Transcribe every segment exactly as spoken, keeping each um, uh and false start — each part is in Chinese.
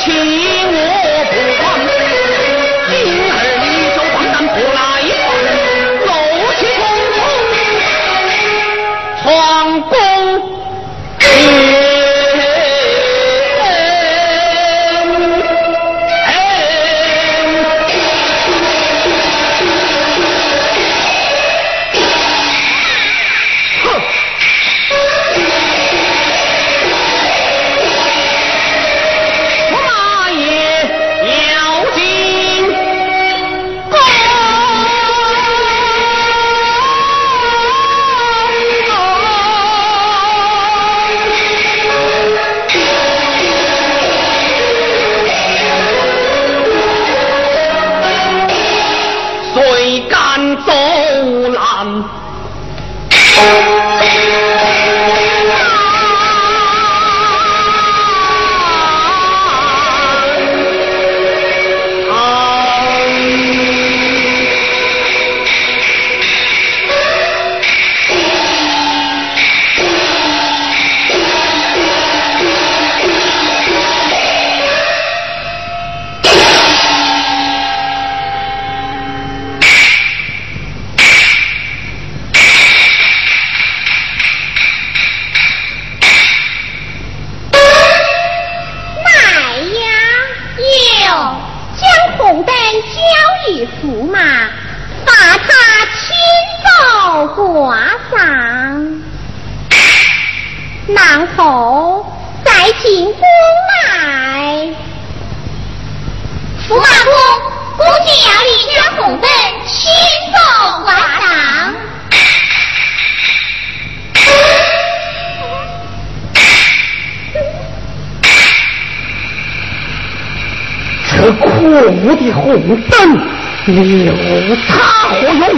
我的红灯留他何用？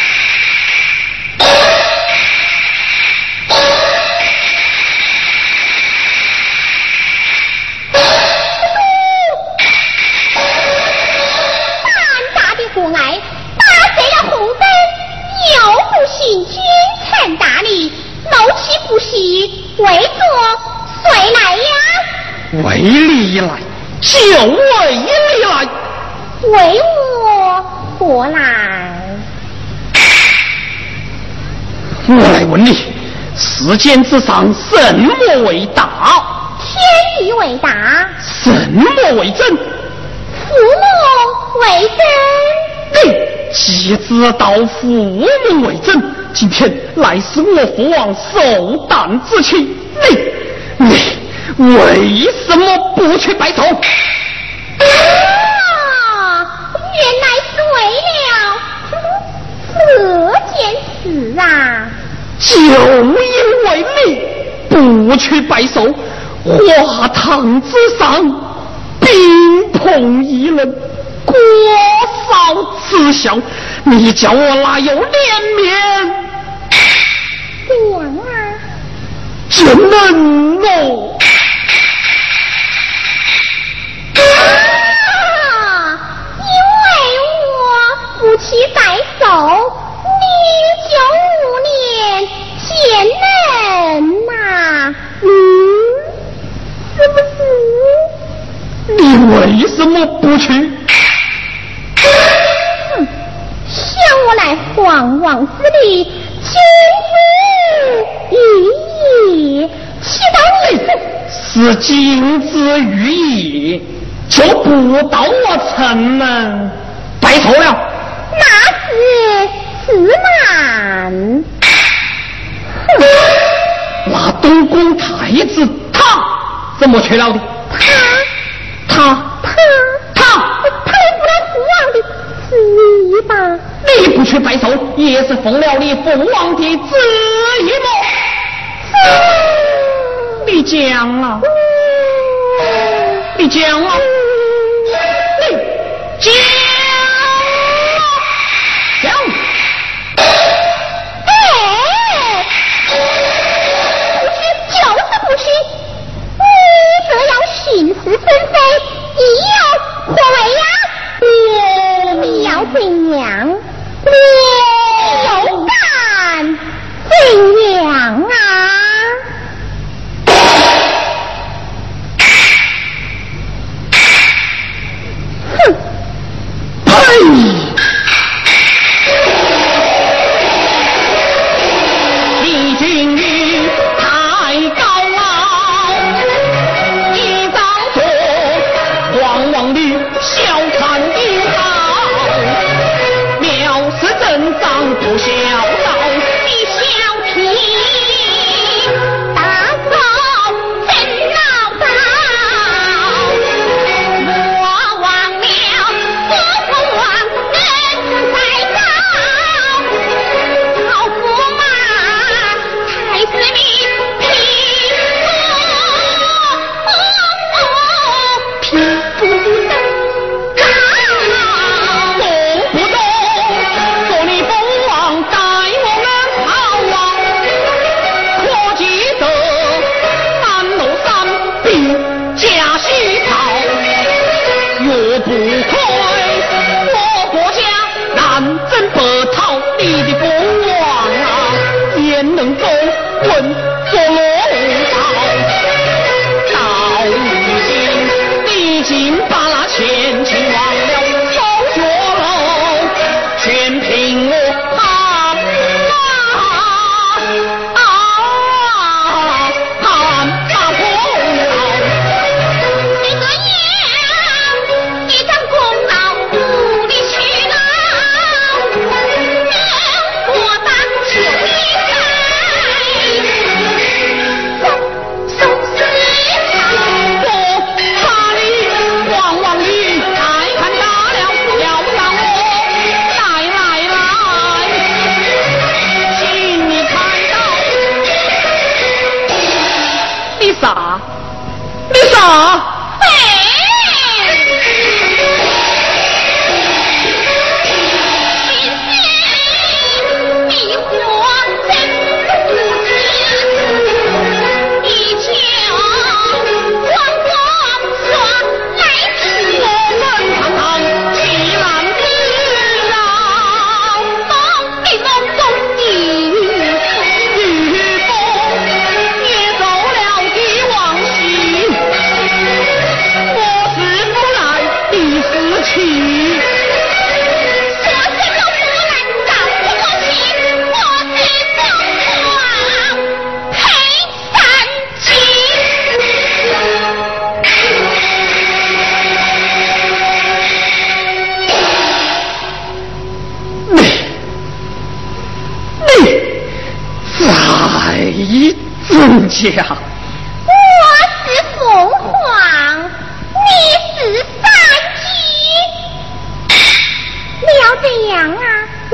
胆大的国爱打碎了红灯，又不行君臣大礼，怒气不息，为作谁来呀？ 为利来，就为利来。 为我何来？ 我来问你，世间之上，什么为大？ 天地为大。 什么为真？ 父母为真。 你既知道父母为真，今天来是我父王寿诞之期，你你为什么不去拜寿？ 原来是为了这件事啊！ 就因为你不去拜寿，华堂之上宾朋议论，国少耻笑，你叫我哪有脸面？ 娘啊！ 怎能哦？ 不去拜寿，你就无脸见人呐！嗯，是不是？ 你为什么不去？ 哼，想我来皇王之礼，君子于义，岂道你是金子于义，就不到我城门拜寿了。 那是此难。 那东宫太子他怎么去了的？ 他他他他他也不来父王的旨意吧？ 你不去拜寿，也是奉了你父王的旨意吗？你讲啊，你讲啊，你讲。讲， 哎，不去就是不去，你这要徇私分非，你要何为呀？你你要怎样？你又敢怎样啊？ 不亏。我国家南征北讨，你的不忘啊，焉能够稳坐龙巢？到如今，你已经把那前情忘了，收脚楼，全凭我啊啊啊啊大功劳。 这个娘，一张功劳无力去劳，我当就应该送送死场。 我查理望望你，太看大了，要让我来来来，请你看到你傻，你傻。 哎，你我真不知，你瞧光光说来吃我们堂堂气浪之啊， 梦里梦中的雨风也走了的往昔。我是不来，你是去。 说什么不来，找什么去，我是中华配三七。 你你在增加， 我是凤凰，你是三鸡，你要怎样啊？你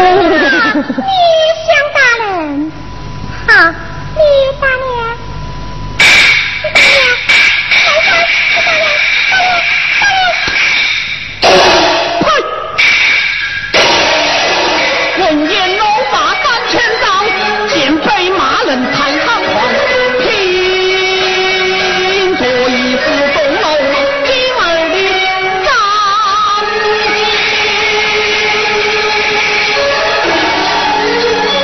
想打人？好，你打脸，你打脸，看看，你打脸，打脸，打脸。 闻言怒发三千丈，见被骂人太猖狂，拼作一副东楼金儿的张机。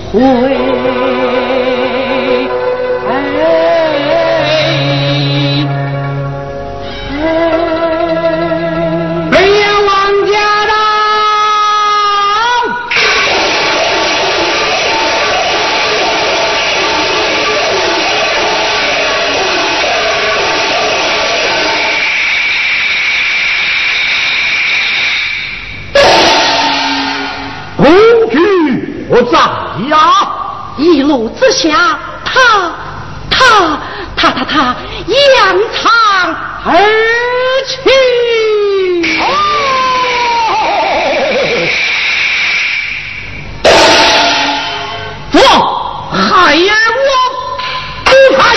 我在呀！ 一路之下，他他他他他扬长而去。 父王，孩儿我不怕。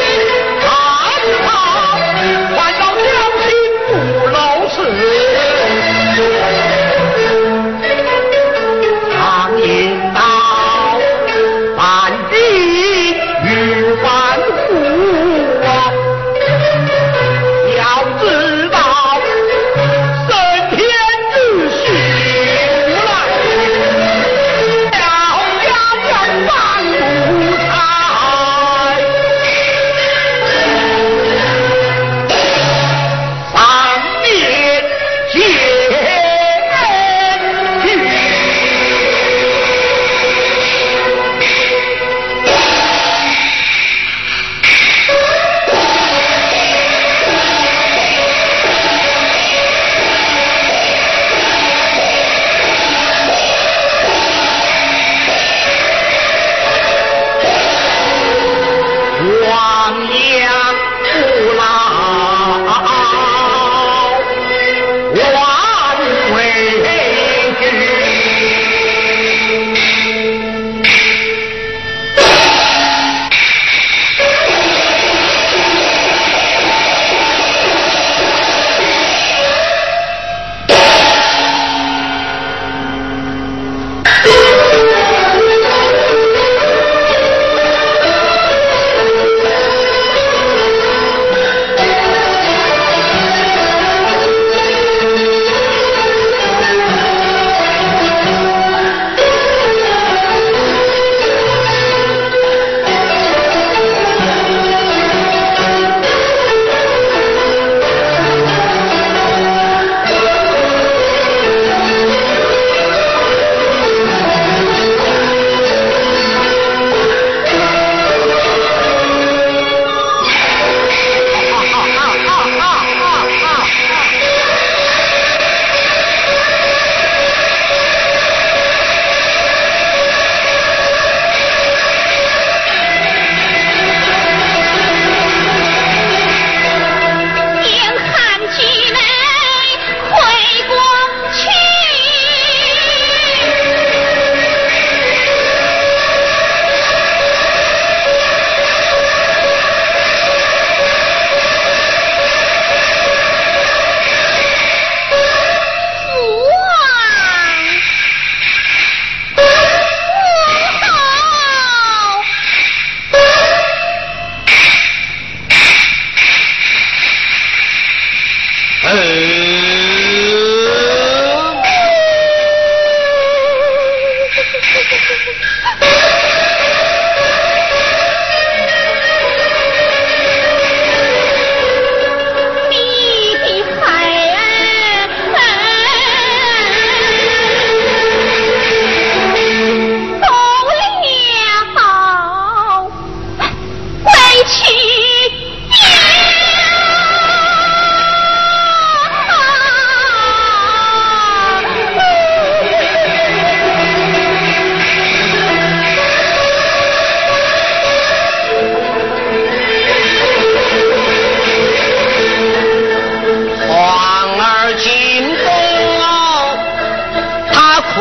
是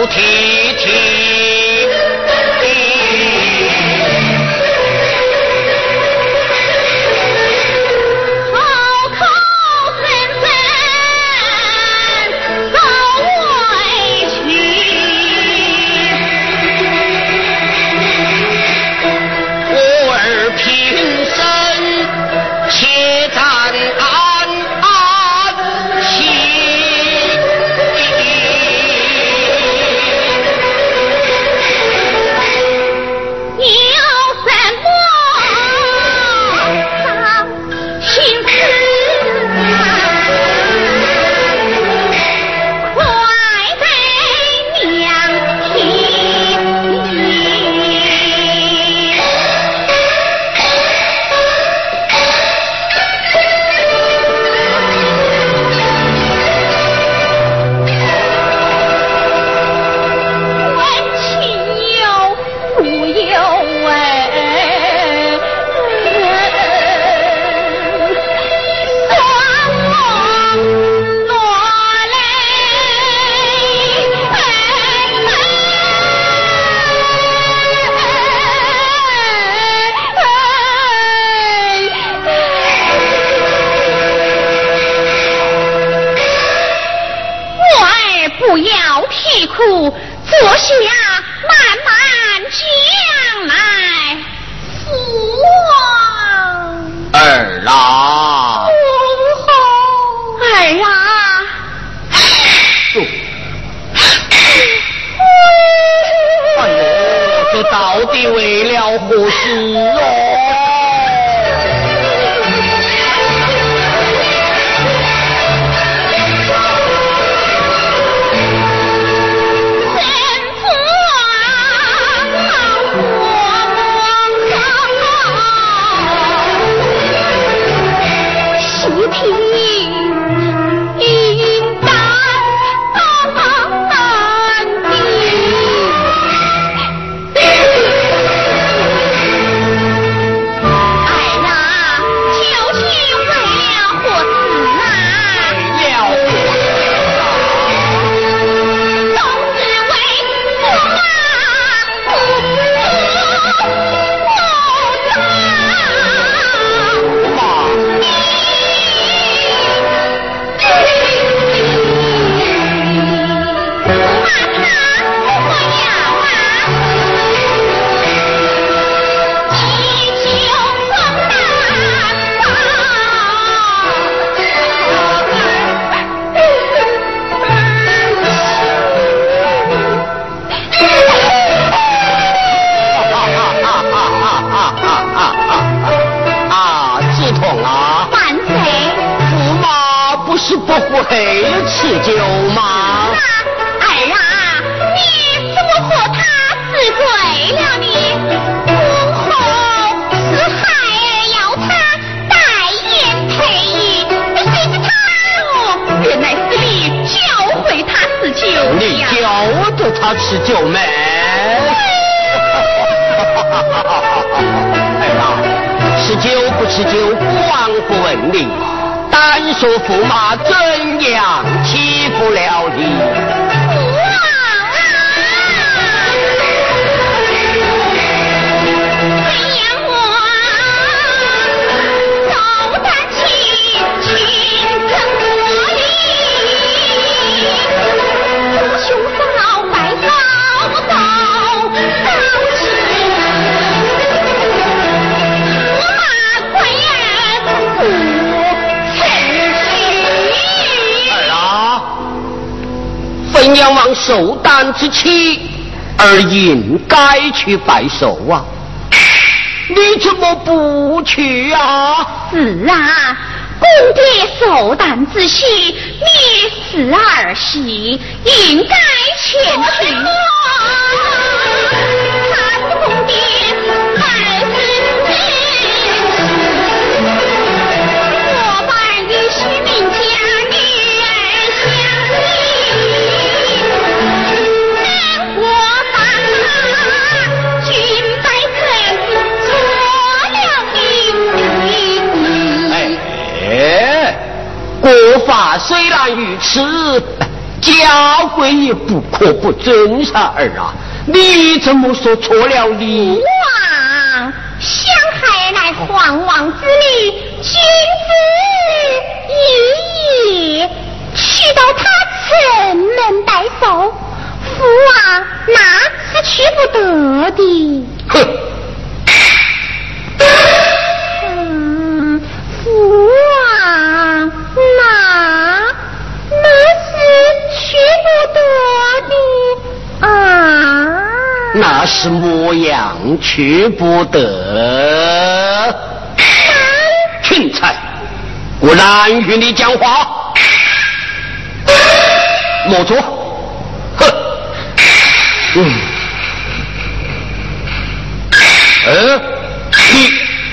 提提。 仰望寿诞之期，而应该去拜寿啊！你怎么不去啊？ 是啊，公爹寿诞之喜，你是儿媳，应该前去。他是公爹儿子我把儿女许名家女儿相依，难我把他君拜臣做了你。 哎，国法虽然如此， 家规也不可不遵啥儿啊！你怎么说错了呢？ 王想孩儿乃皇王之女，君子一也，去到他城门代守，父王那是去不得的。 哼！ 嗯，父王那那是去不得的啊。 那是模样去不得。钦差，我难与你讲话。莫错。哼。嗯。呃，你。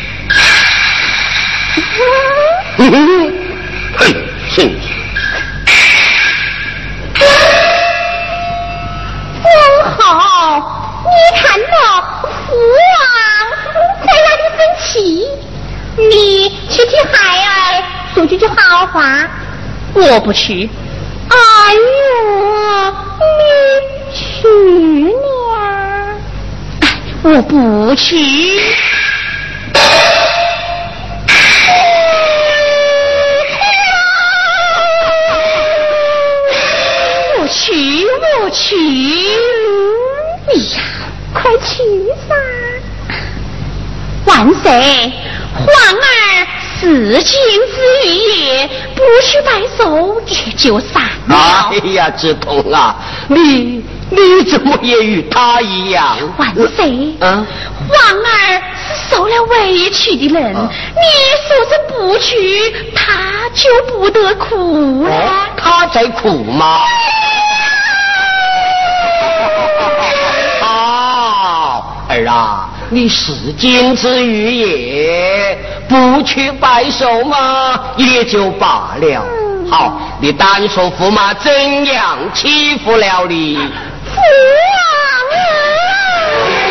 嗯。嘿，是。 正好，你看到父王在那里生气，你去替孩儿说几句好话。 我不去。 哎呦，你去呢？ 我不去。我去，我去。 哎呀，快去噻！ 万岁，皇儿四君之欲也，不去拜寿也就散了。 哎呀，志同啊，你你怎么也与他一样？ 万岁， 啊， 皇儿是受了委屈的人， 啊、 你说是不去，他就不得苦了。 哦、他在苦吗？好，儿啊，你是金之语也，不去拜寿嘛，也就罢了。好，你单说驸马怎样欺负了你？ 父王啊！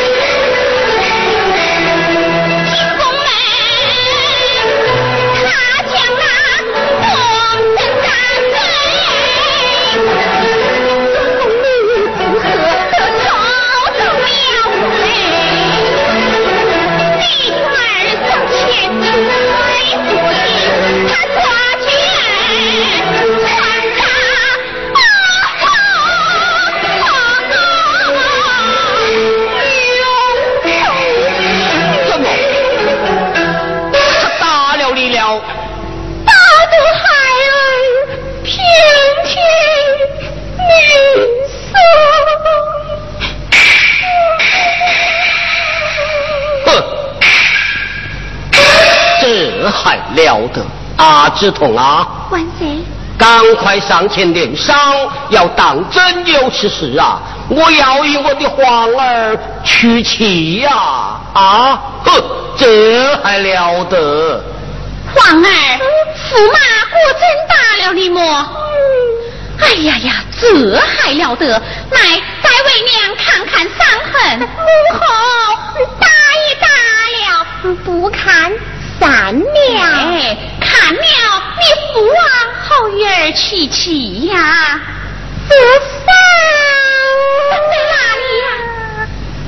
还了得啊，志同啊！ 万岁， 赶快上前领赏，要当真有此事啊！我要与我的皇儿娶妻呀！啊，哼，这还了得！ 皇儿，驸马果真打了你么？哎呀呀，这还了得！来，再为娘看看伤痕。 母后，打也打了，不看散了。 哎，看了你父王好与儿娶妻呀？ 这伤在哪里呀？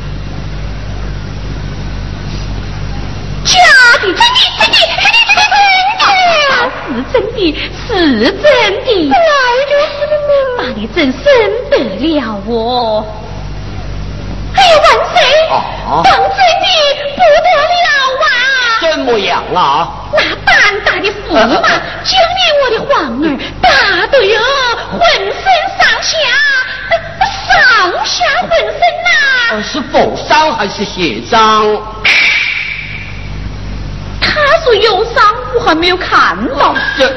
假的，真的，真的，真的，真的， 真的，是真的，是真的， 来就是的呢。 把你真生得了哦！ 哎呀，万岁！ 啊， 当真的不得了啊！ 怎么样啊？ 那胆大的驸马，将连我的皇儿打得哟，浑身上下，上下浑身呐、 啊！是否伤还是血伤？ 他说有伤，我还没有看到。 这，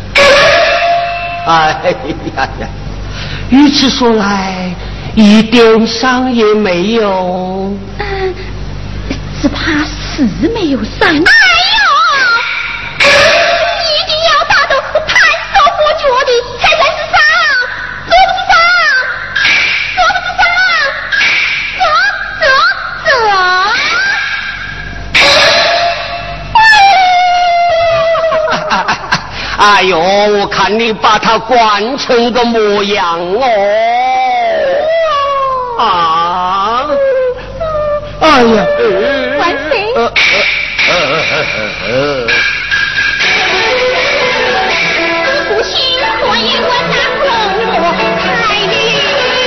哎呀呀！如此说来，一点伤也没有。 嗯，只怕是没有伤。 哎呦，一定要打得弹手活脚的才算是伤，做不是伤，做不是伤，走走走。 哎呦，我看你把他惯成个模样哦！啊！ 哎呀， 万岁！ 呃呃呃呃不行，我也问那公我太女，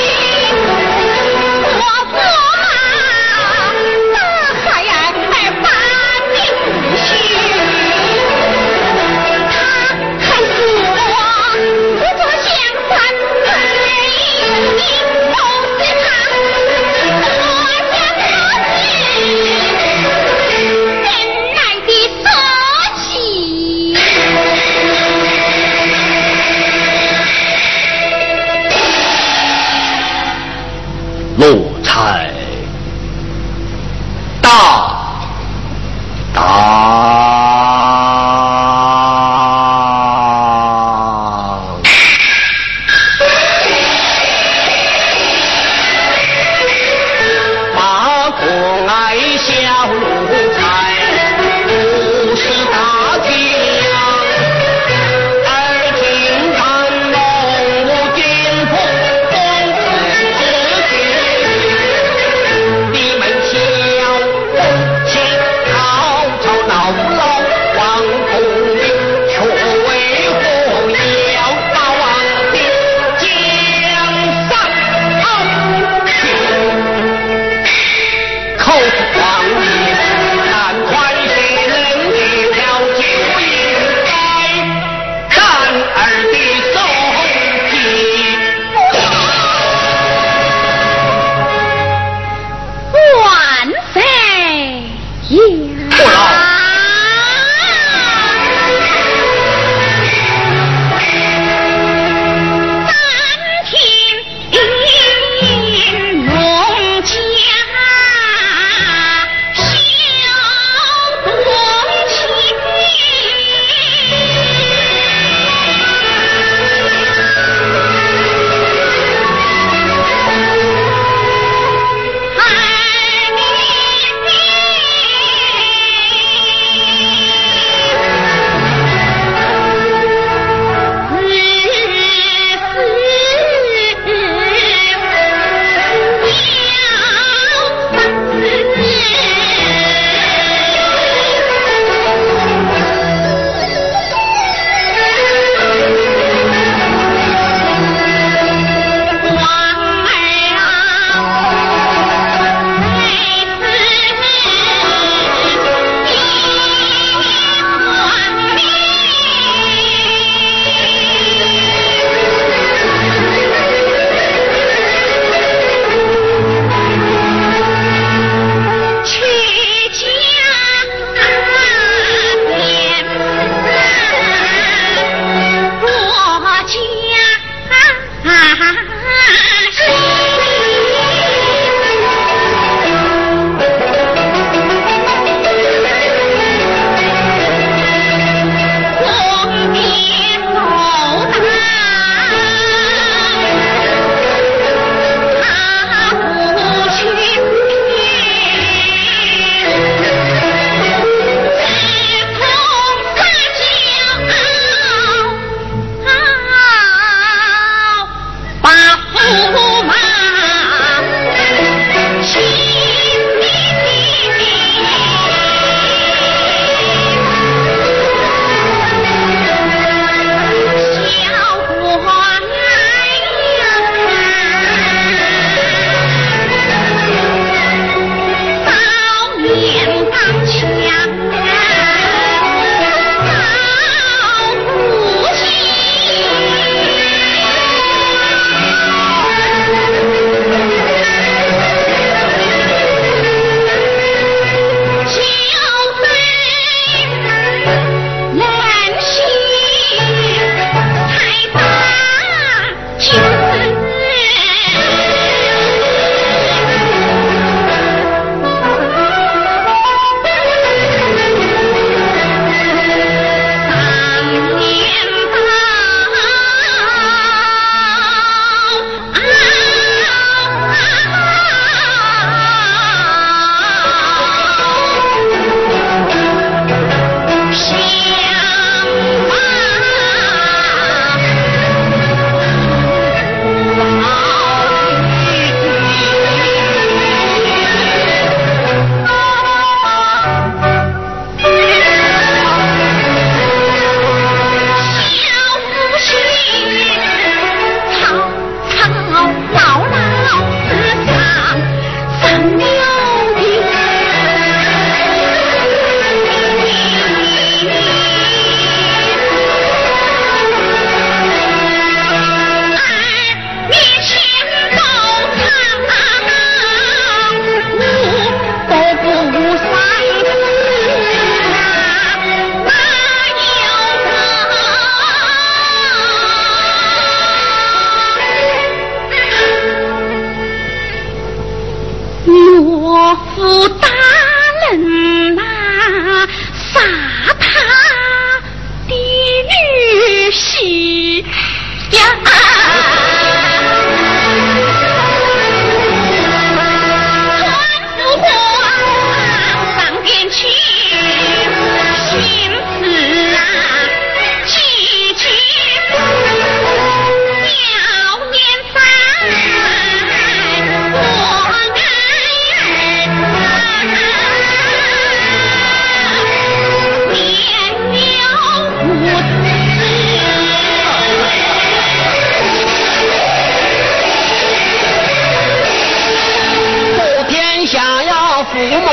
我婆妈那还爱把你不许，他还说我不做相反而已，你都是他我家母亲原来的色气。 奴才大当。八公爱小奴才，不是大将，而今看龙武金铺公子之举。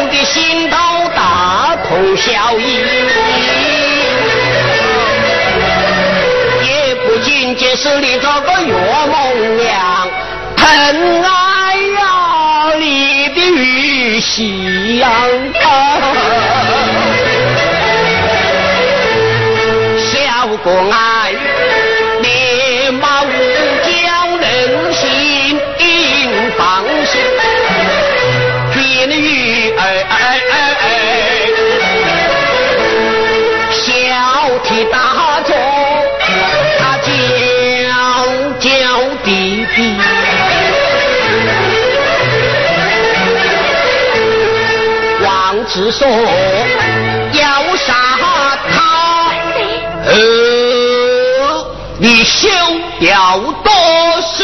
的心头大同小异，也不仅仅是你这个岳母娘疼爱呀你的玉溪呀，小公爱烈马无疆人心放心，君玉儿小题大做，他娇娇滴滴，王子说要杀他，呃，你休要多事。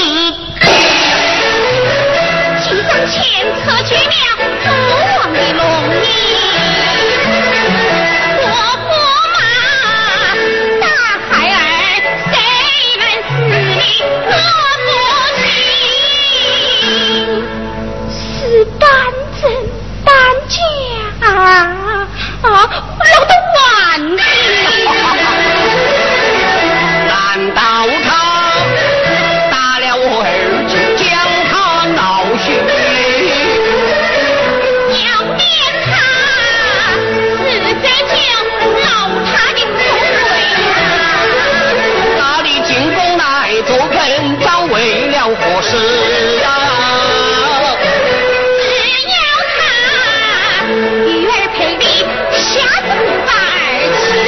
骑上前侧去了父王的龙椅，我驸马大孩儿，谁能使你我不行？是单真单假啊，老得万计。 难道他打了我儿子，将他闹醒？ 要念他是这就闹他的不对啊！ 哪里进宫来做盆长，为了何事啊？ 只要他女儿陪你下次不把儿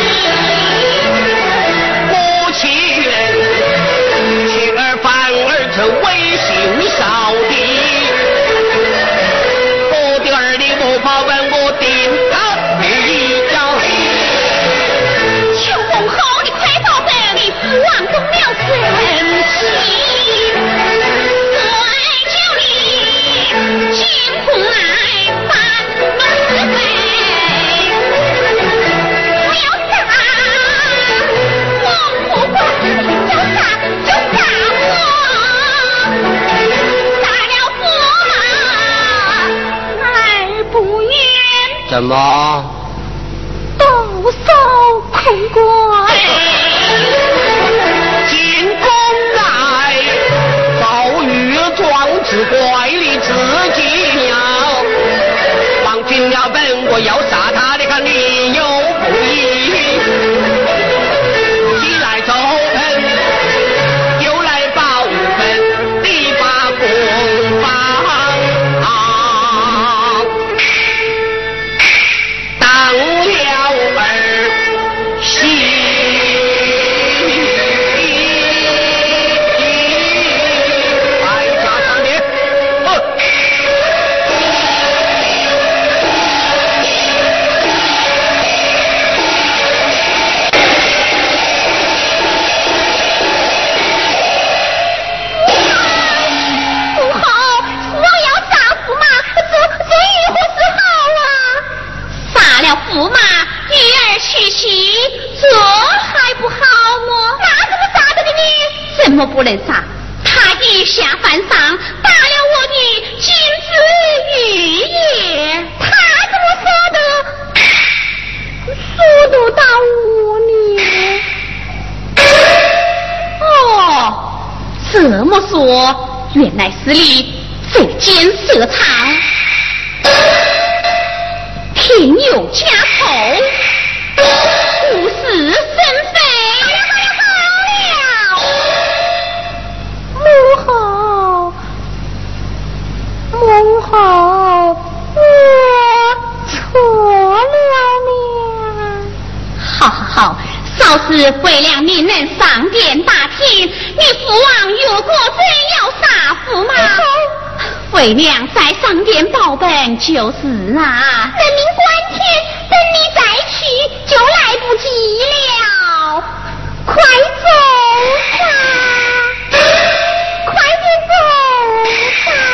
不欺人，妻儿反而成为心少的，我的儿女不怕问我定他一家。 求奉后的快报得你父王动了生气，我求你进宫来办弄是非，不要杀，王婆婆要杀就杀我，杀了驸马儿不愿怎么？ 抖擞空怪。 进宫来，遭遇壮志怪里自己鸟。王君了本我要杀他，你看理由不一。既来奏本，又来报本，力拔公方。当了儿媳。败家当爹，哼！ 不好，父王要杀驸马，这这如何是好啊？杀了驸马，女儿娶妻，这还不好么？那怎么杀的你？怎么不能杀？他以下犯上，打了我的金子玉叶，他怎么杀的？说都打我呢？哦，这么说，原来是你贼奸设藏，添油加醋，无事生非。好了，母后，母后，我错了呢。好好好，少时回了你能上殿打听，你父王如果真要杀驸马，为娘再上殿报本就是啊。人命关天，等你再去就来不及了。快走吧，快点走吧。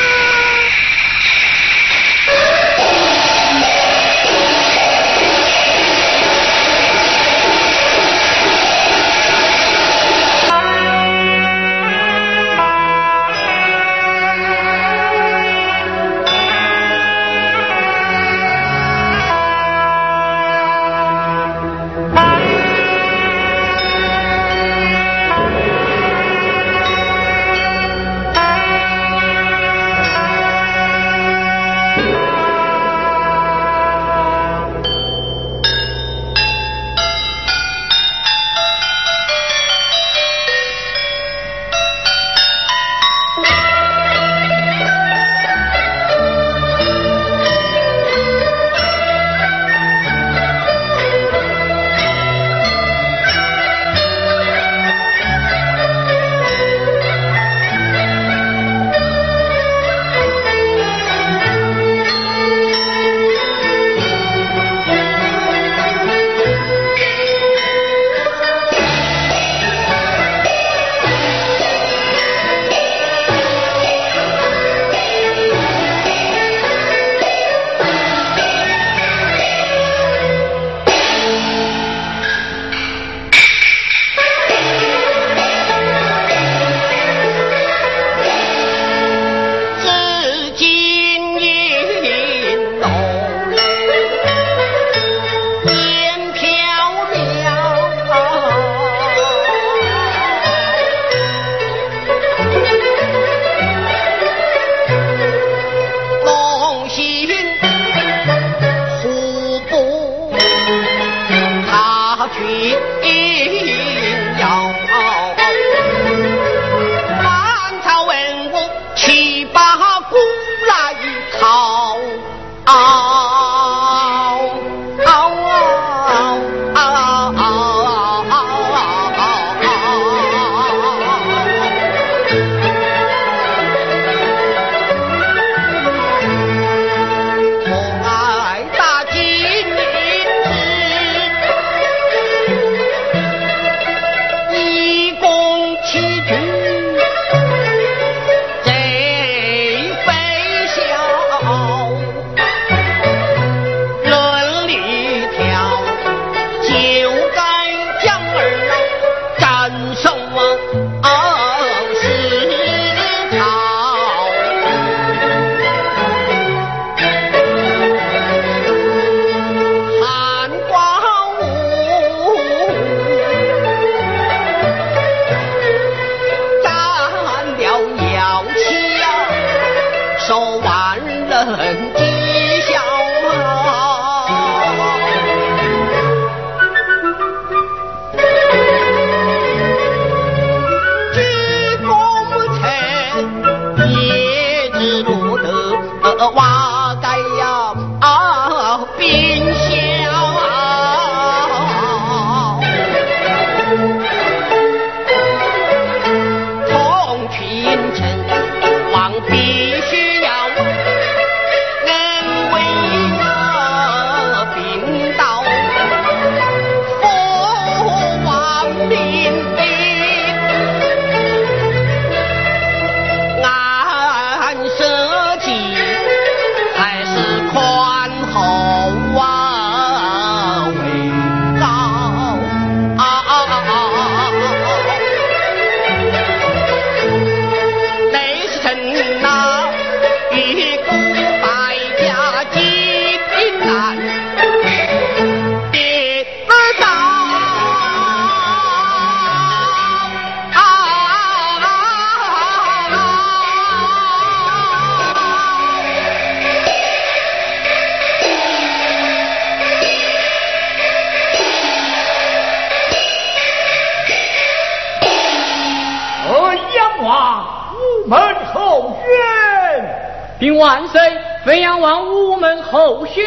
午门后宣， 禀万岁，飞扬王午门后宣。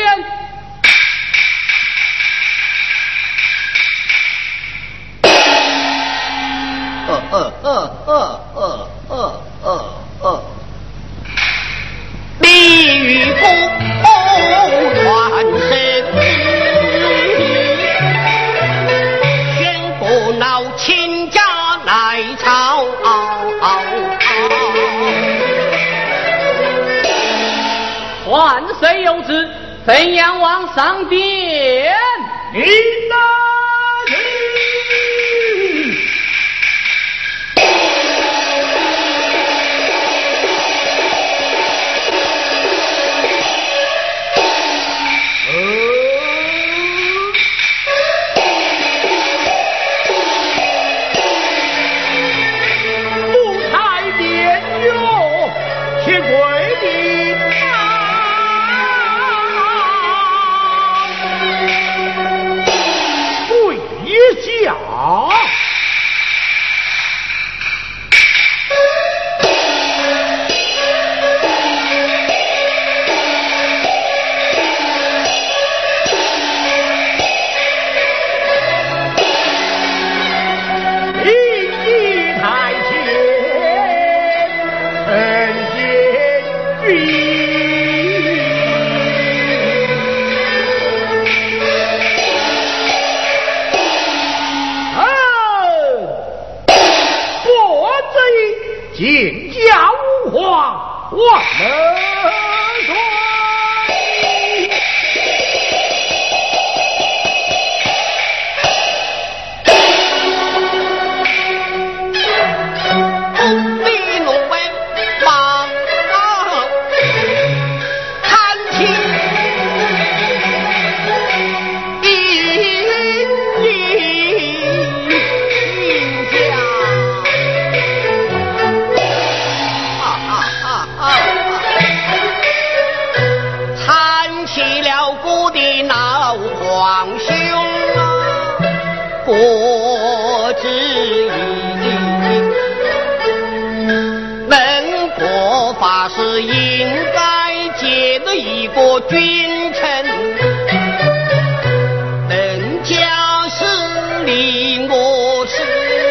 呃呃呃呃呃呃呃呃，立于公传神，宣布闹亲家来朝。 万岁有旨，飞扬王上殿。 迎来。见驾无话，万岁！ 李龙威忙看清皇兄啊，国之义，能国法是应该接的一个君臣，能家是离我是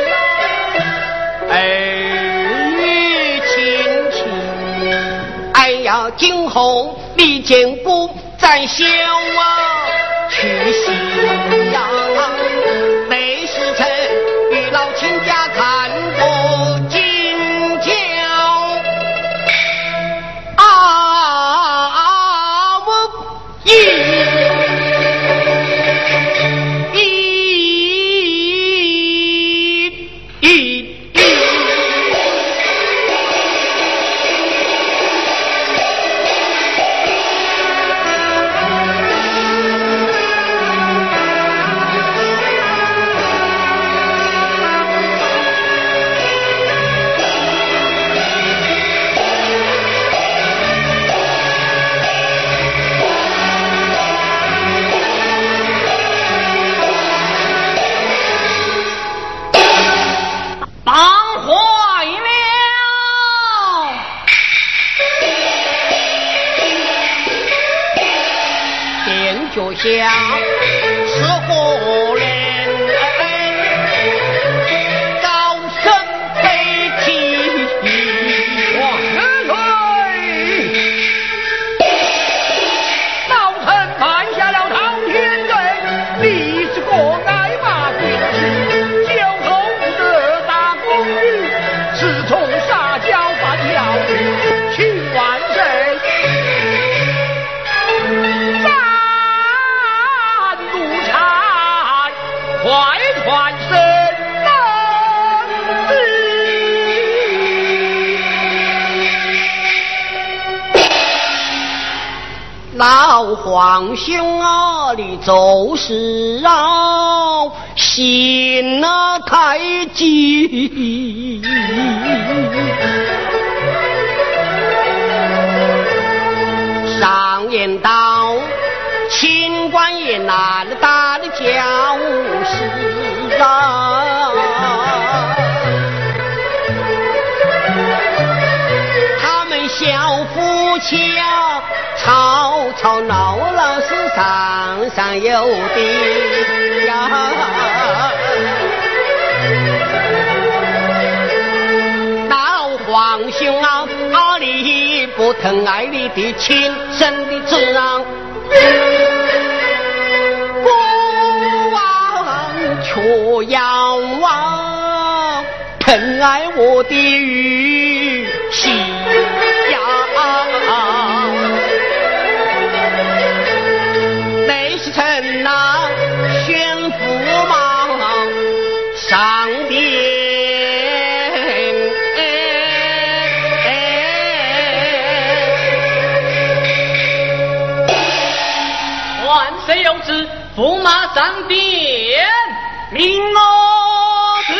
儿女亲情。哎呀，今后李建国在笑啊！去西洋，没时辰与老亲家看过金角啊！我一一一脚下是何人？高声悲啼， 万岁！老臣犯下了滔天罪，历史过挨骂军师，酒后不得大公语，是从撒娇犯条律，请万岁！快传神能老皇兄啊，你走时啊，行啊太急。上言道，清官也难打的家务事啊。 起呀，吵吵闹闹是上上有的呀。老皇兄啊，阿里不疼爱你的亲生的子啊，国王却要啊疼爱我的玉玺呀。那是臣呐宣驸马上殿。 谁有旨？驸马上殿， 命我旨。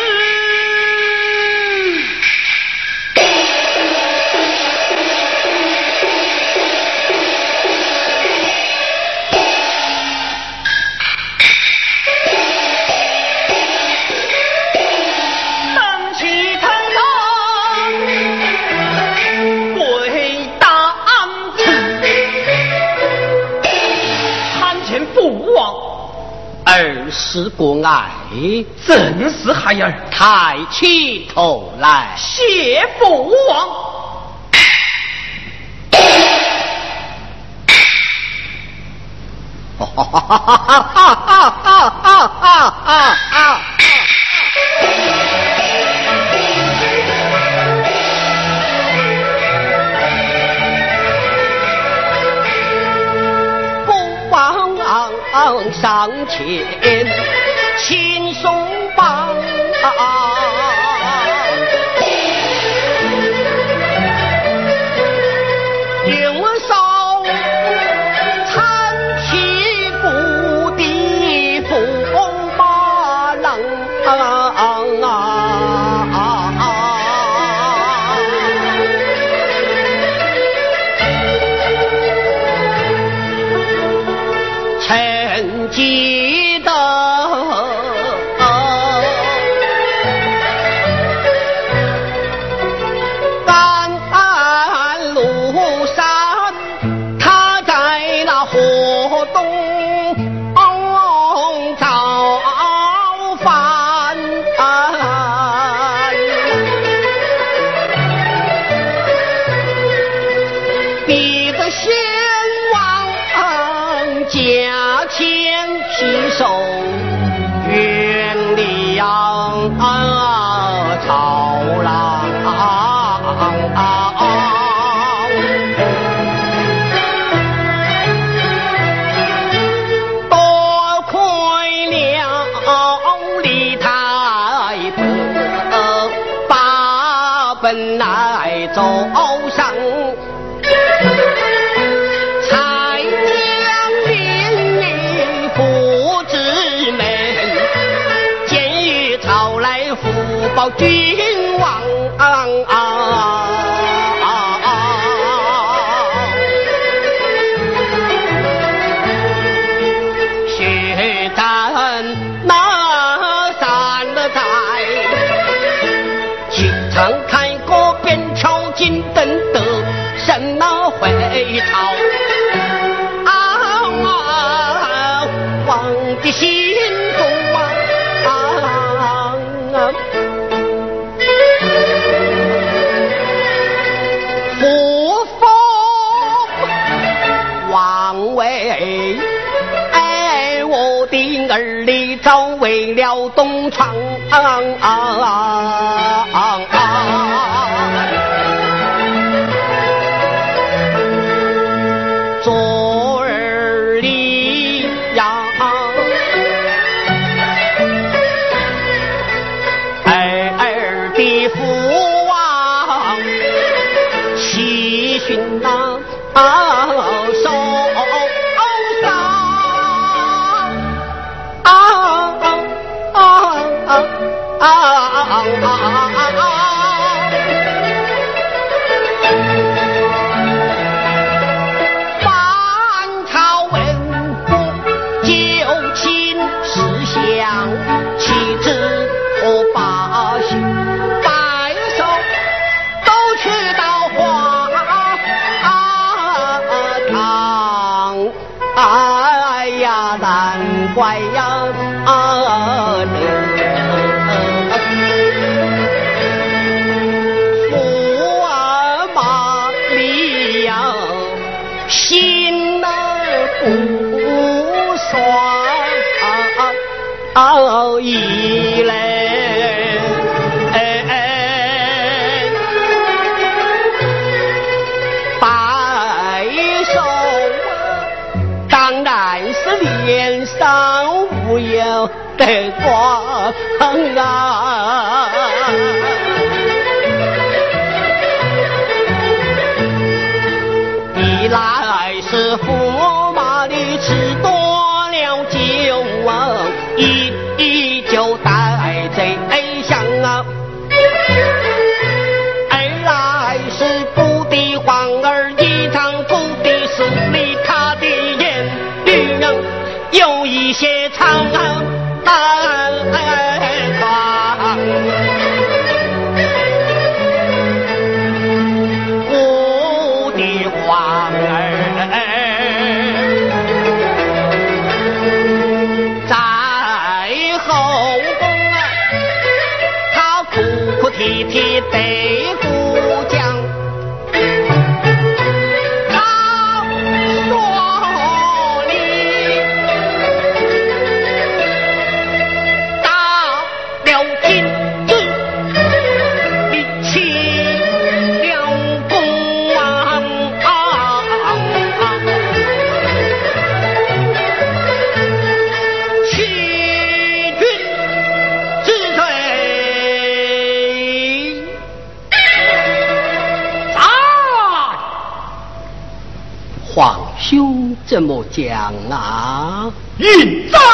登起堂堂，跪大字，参见父王。儿时过爱， 正是孩儿， 抬起头来， 谢父王。 哈哈哈哈哈哈哈哈哈哈！不枉上前轻松绑，用手搀起不的驸马郎曾记得赶路上他在那河东造反，逼得先王驾前洗手，远离啊朝郎。多亏了李太伯把本来走上，才将邻里父子们监狱朝来福报君王。血战那三了在，经常开过边朝金灯的神那回朝啊，王的心中啊，扶风王位，哎，我的儿里早为了东床啊啊啊啊！昨儿里呀，儿儿的父王七旬呐啊手上啊啊啊啊啊！满朝文武旧情思乡，妻子和把媳摆手都去到花怪呀啊！福尔马里呀，心儿不爽一嘞。脸上无有的光啊，一来是驸马里吃多了酒啊，一一就带贼香啊，二来是不敌皇儿一场不敌树立他的眼绿人有一些长啊床，我的皇儿在后宫啊，他哭哭啼啼对姑讲。皇兄怎么讲啊？ 云长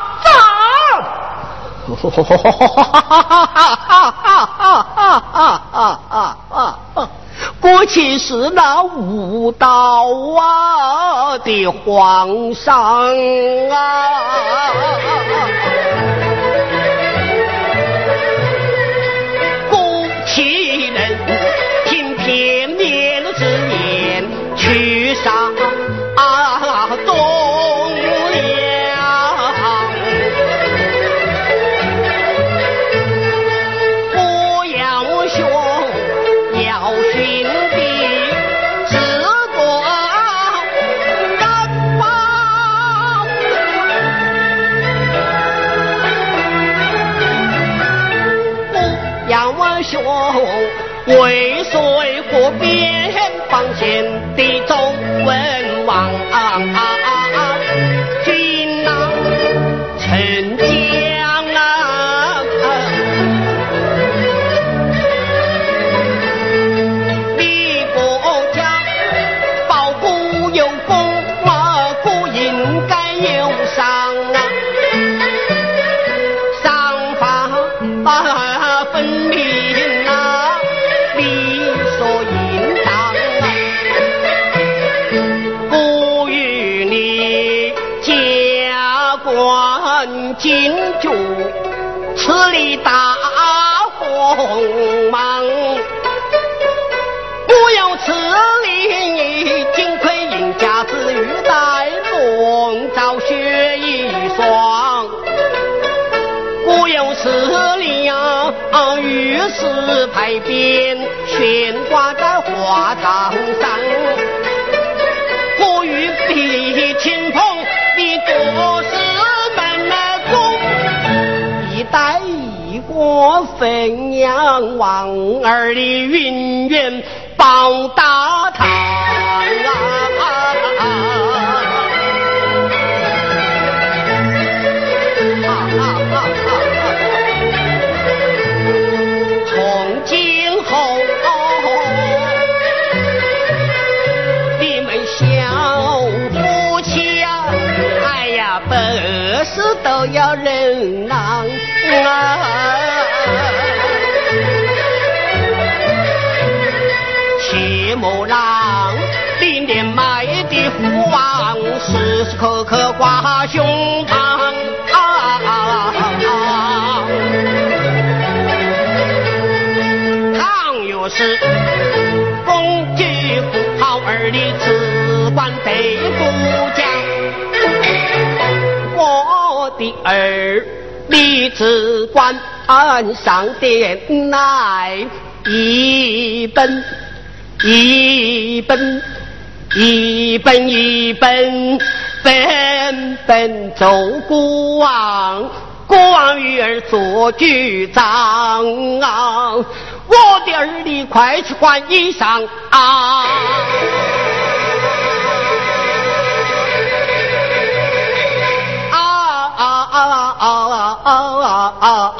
长，过去是那无道啊的皇上啊，过去人听片面之言去上啊东梁，不要兄要寻的只过干巴，不要兄为谁过边防线的周文王啊啊啊君啊丞相啊，你国家保护有功啊，不应该有伤啊，赏罚啊分明啊，理所应当啊，不与你加官进爵，此理大锋芒，不有此理，金盔银甲子玉带，中朝血一双，不有此理啊，于是牌匾悬挂在花堂上，过于比清风的国师们中，一代一国分扬王儿的云远报大堂啊，从今后你们小夫妻啊，哎呀本事都要忍让啊，切莫让历年迈的父王时时刻刻挂胸膛啊，倘若是公举富豪儿的只管对不讲，我儿，你只管上殿来，一本一本一本一本本本奏国王，国王与儿做局长，我的儿你快去换衣裳啊！啊啊啊啊啊啊啊啊！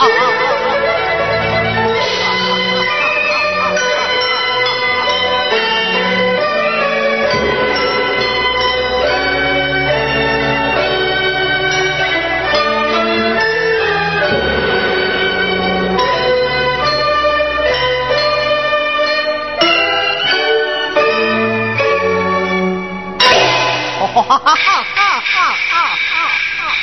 哈哈哈哈哈哈哈哈！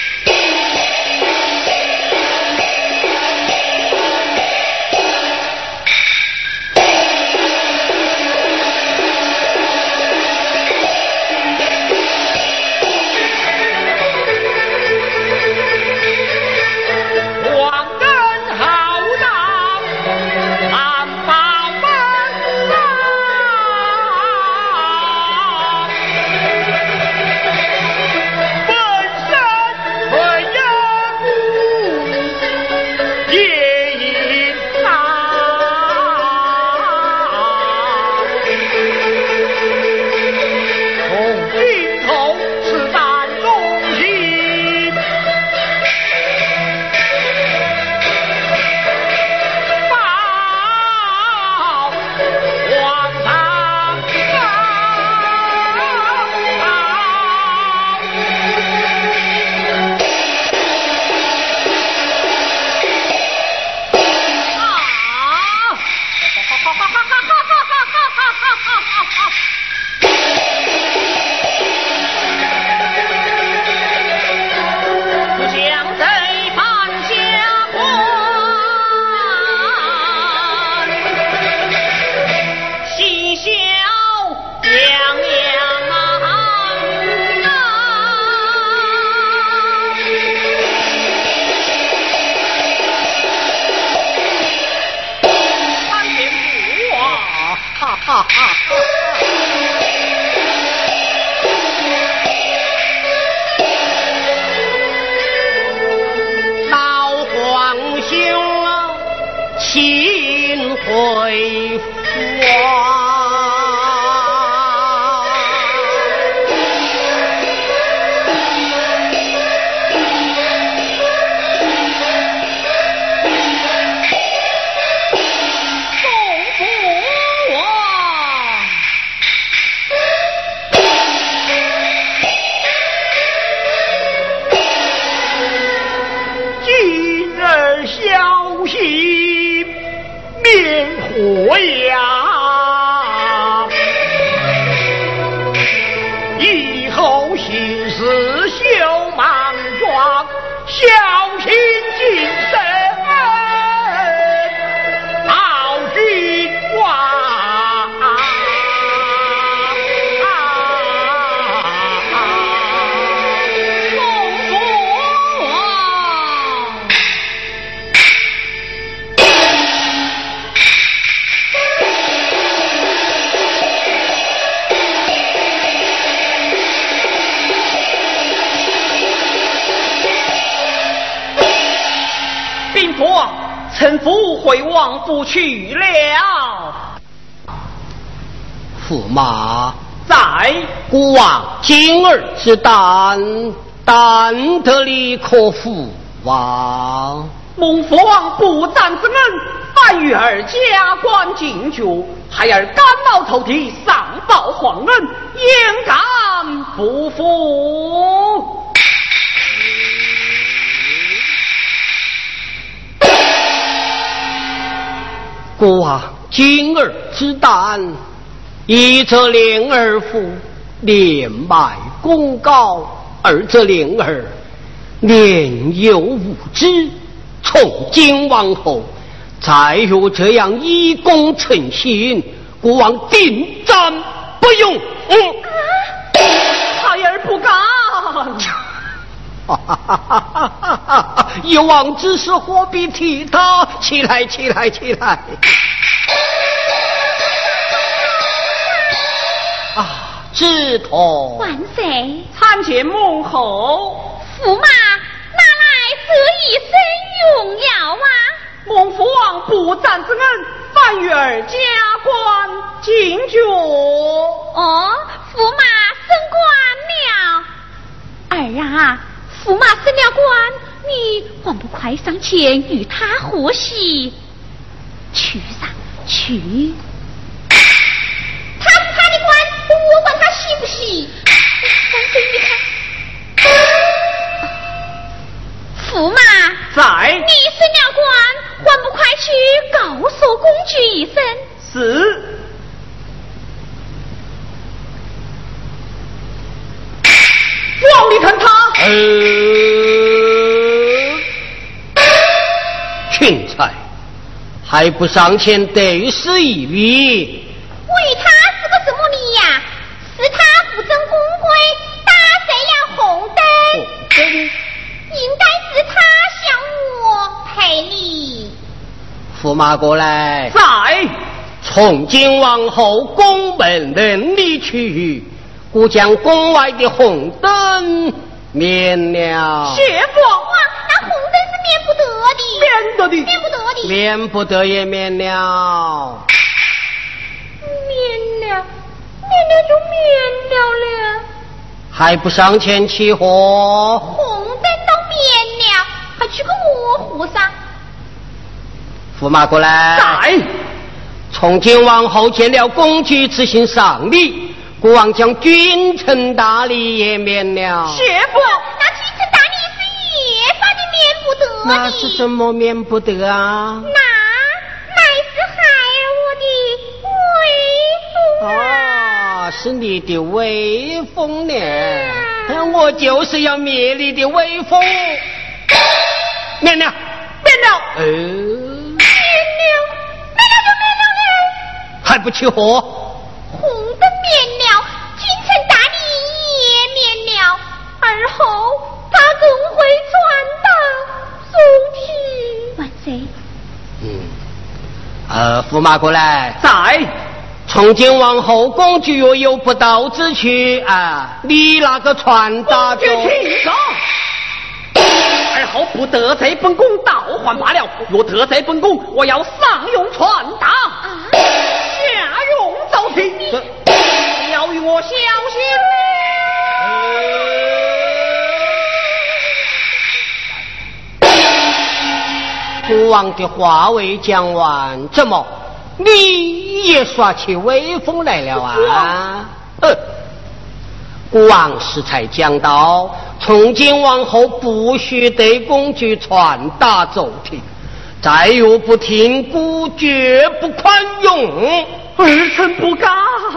皇恩浩荡，安保门上。 老皇兄啊，请回府。 小心免祸呀！以后行事休莽撞，小心谨慎，好君王。 臣服回王府去了。 驸马在， 孤王今儿之胆，胆得理可父王。 蒙父王不战之恩，拜与儿加官进爵，孩儿甘冒头提上报皇恩，焉敢不服？ 孤王今儿之胆，一则令儿父连脉功高，二则令儿年幼无知，从今往后再有这样以功称心，孤王定斩不用。嗯， 孩儿不敢。 一往之事何必提他？起来，起来，起来！啊，直头！ 万岁！ 参见孟后。 驸马哪来这一身荣耀啊？ 孟父王不战之恩，范玉儿加官进爵。 哦，驸马升官了。儿啊，驸马升了官，你还不快上前与他贺喜？去上去。他是他的官，我管他喜不喜。万岁，你看。驸马在， 你升了官，还不快去告诉公举一声？ 是。王里看他。 呃，群才还不上前对视一礼？ 为他是个什么礼呀？是他不争公规，打碎了红灯。 红灯应该是他向我赔礼。 驸马过来。 在。 从今往后宫门人离去，故将宫外的红灯免了。 谢父。 哇，那红灯是免不得的。 免得的。 免不得的。 免不得也免了。 免了，免了就免了了。 还不上前起火？ 红灯都免了，还去个我和尚？ 驸马过来。 在。 从今往后见了公举执行丧礼，国王将君臣大礼也免了。 谢父。 那君臣大礼是越发的免不得的。 那是什么免不得啊？ 那乃是害我的威风啊！ 啊，是你的威风呢。嗯、我就是要灭你的威风。免了， 免了。 呃， 免了，免了就免了了。 还不起火？ 红灯免了，君臣大礼也免了，而后他更会传达送去。万岁。 嗯，呃，驸马过来。 在。 从今往后，公举若有不道之曲啊，你那个传达就听上。而后不得罪本宫，倒还罢了；若得罪本宫，我要上用传达， 啊、 下用奏听。你要与我小心。 国王的话未讲完，怎么你也耍起威风来了啊？呃，国王适才讲到，从今往后不许对公举传达奏听，再有不听，孤绝不宽容。 儿臣不敢。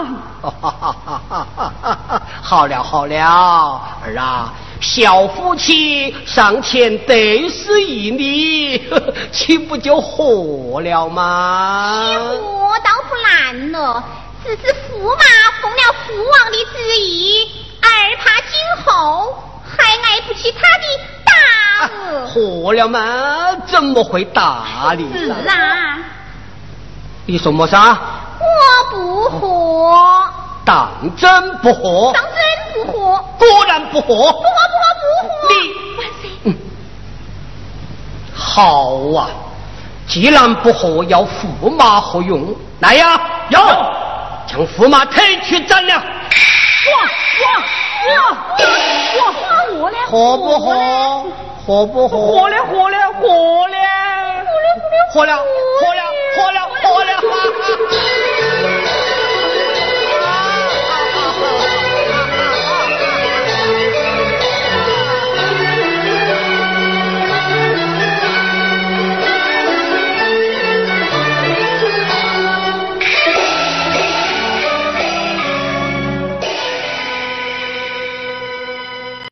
好了好了，儿啊，小夫妻上前对视一礼，岂不就和了吗？ 我倒不难了，只是驸马奉了父王的旨意，儿怕今后还挨不起他的大恶。 啊、和了吗？怎么会打你？ 是啊。 你说么啥？ 我不和。 当真不和？ 当真不和。 果然不和。不和不和不和。 你万岁。 嗯，好啊，既然不和，要驸马何用？来呀， 有， 将驸马推去斩了。 哇哇哇哇！ 我嘞， 和不和？和不和？ 和了和了和了和了和了和了和了。